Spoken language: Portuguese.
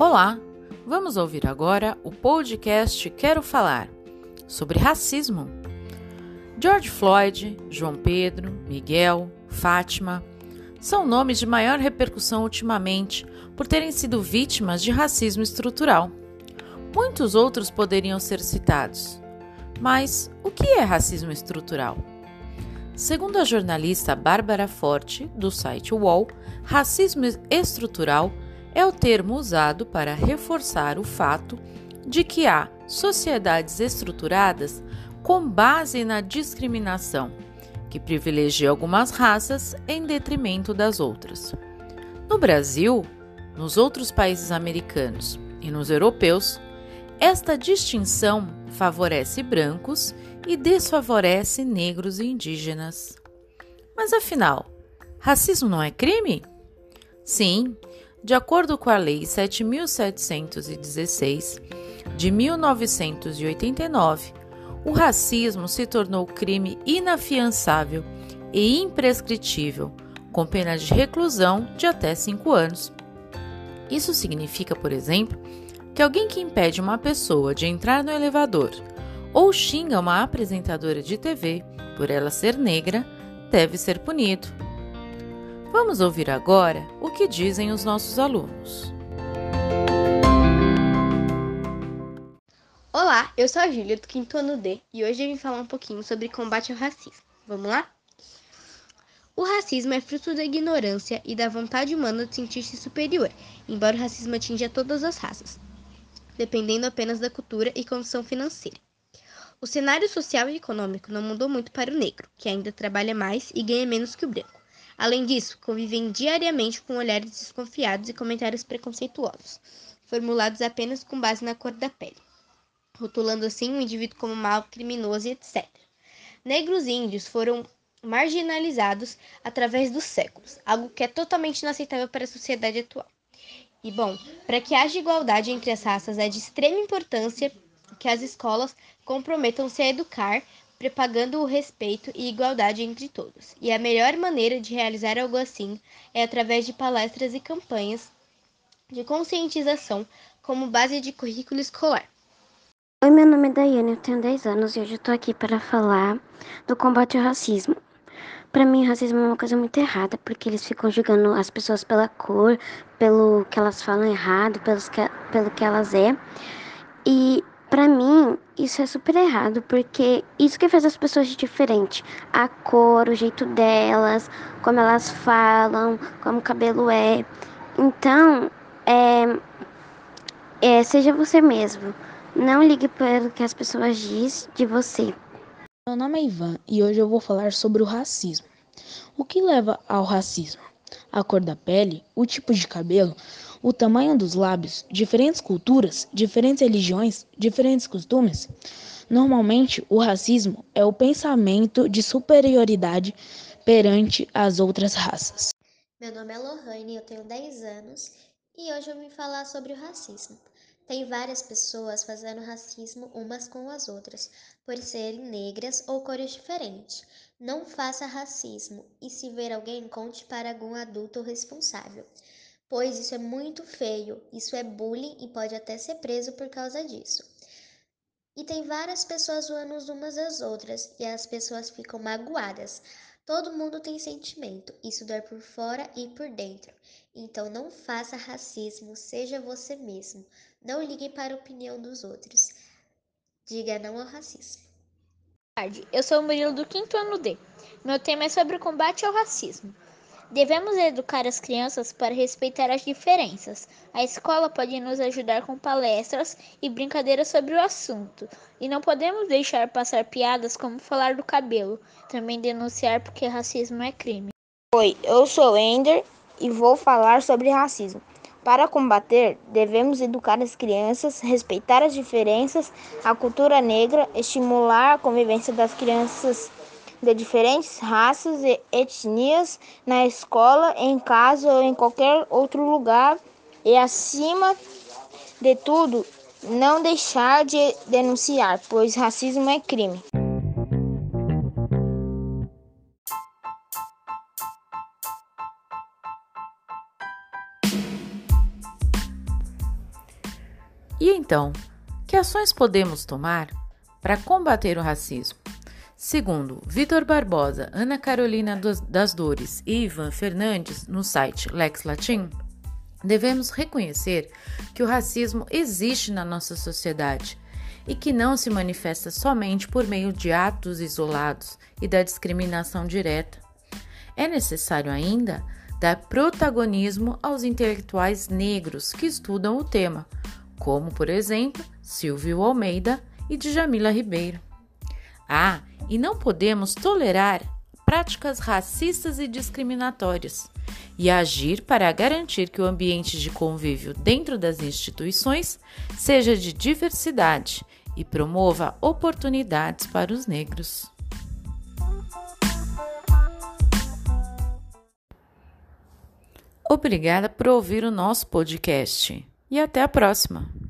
Olá, vamos ouvir agora o podcast Quero Falar sobre racismo. George Floyd, João Pedro, Miguel, Fátima são nomes de maior repercussão ultimamente por terem sido vítimas de racismo estrutural. Muitos outros poderiam ser citados. Mas o que é racismo estrutural? Segundo a jornalista Bárbara Forte, do site UOL, racismo estrutural é o termo usado para reforçar o fato de que há sociedades estruturadas com base na discriminação, que privilegia algumas raças em detrimento das outras. No Brasil, nos outros países americanos e nos europeus, esta distinção favorece brancos e desfavorece negros e indígenas. Mas afinal, racismo não é crime? Sim, de acordo com a Lei 7.716 de 1989, o racismo se tornou crime inafiançável e imprescritível, com pena de reclusão de até 5 anos. Isso significa, por exemplo, que alguém que impede uma pessoa de entrar no elevador ou xinga uma apresentadora de TV por ela ser negra, deve ser punido. Vamos ouvir agora o que dizem os nossos alunos. Olá, eu sou a Júlia do 5º ano D e hoje eu vim falar um pouquinho sobre combate ao racismo. Vamos lá? O racismo é fruto da ignorância e da vontade humana de sentir-se superior, embora o racismo atinja todas as raças, dependendo apenas da cultura e condição financeira. O cenário social e econômico não mudou muito para o negro, que ainda trabalha mais e ganha menos que o branco. Além disso, convivem diariamente com olhares desconfiados e comentários preconceituosos, formulados apenas com base na cor da pele, rotulando assim o indivíduo como mau, criminoso e etc. Negros e índios foram marginalizados através dos séculos, algo que é totalmente inaceitável para a sociedade atual. E bom, para que haja igualdade entre as raças, é de extrema importância que as escolas comprometam-se a educar, propagando o respeito e igualdade entre todos. E a melhor maneira de realizar algo assim é através de palestras e campanhas de conscientização como base de currículo escolar. Oi, meu nome é Daiane, eu tenho 10 anos e hoje eu tô aqui para falar do combate ao racismo. Para mim, o racismo é uma coisa muito errada, porque eles ficam julgando as pessoas pela cor, pelo que elas falam errado, pelo que elas é. E para mim, isso é super errado, porque isso que faz as pessoas de diferente. A cor, o jeito delas, como elas falam, como o cabelo é. Então, seja você mesmo. Não ligue para o que as pessoas dizem de você. Meu nome é Ivan e hoje eu vou falar sobre o racismo. O que leva ao racismo? A cor da pele, o tipo de cabelo, o tamanho dos lábios, diferentes culturas, diferentes religiões, diferentes costumes. Normalmente, o racismo é o pensamento de superioridade perante as outras raças. Meu nome é Lohane, eu tenho 10 anos e hoje eu vim falar sobre o racismo. Tem várias pessoas fazendo racismo umas com as outras, por serem negras ou cores diferentes. Não faça racismo e se ver alguém, conte para algum adulto responsável, pois isso é muito feio, isso é bullying e pode até ser preso por causa disso. E tem várias pessoas zoando umas às outras e as pessoas ficam magoadas. Todo mundo tem sentimento, isso dói por fora e por dentro. Então não faça racismo, seja você mesmo. Não ligue para a opinião dos outros. Diga não ao racismo. Boa tarde, eu sou o Murilo do 5º ano D. Meu tema é sobre o combate ao racismo. Devemos educar as crianças para respeitar as diferenças. A escola pode nos ajudar com palestras e brincadeiras sobre o assunto. E não podemos deixar passar piadas como falar do cabelo. Também denunciar porque racismo é crime. Oi, eu sou Ender e vou falar sobre racismo. Para combater, devemos educar as crianças, respeitar as diferenças, a cultura negra, estimular a convivência das crianças de diferentes raças e etnias na escola, em casa ou em qualquer outro lugar e, acima de tudo, não deixar de denunciar, pois racismo é crime. E então, que ações podemos tomar para combater o racismo? Segundo Vitor Barbosa, Ana Carolina das Dores e Ivan Fernandes, no site Lex Latin, devemos reconhecer que o racismo existe na nossa sociedade e que não se manifesta somente por meio de atos isolados e da discriminação direta. É necessário ainda dar protagonismo aos intelectuais negros que estudam o tema, como, por exemplo, Silvio Almeida e Djamila Ribeiro. E não podemos tolerar práticas racistas e discriminatórias e agir para garantir que o ambiente de convívio dentro das instituições seja de diversidade e promova oportunidades para os negros. Obrigada por ouvir o nosso podcast e até a próxima!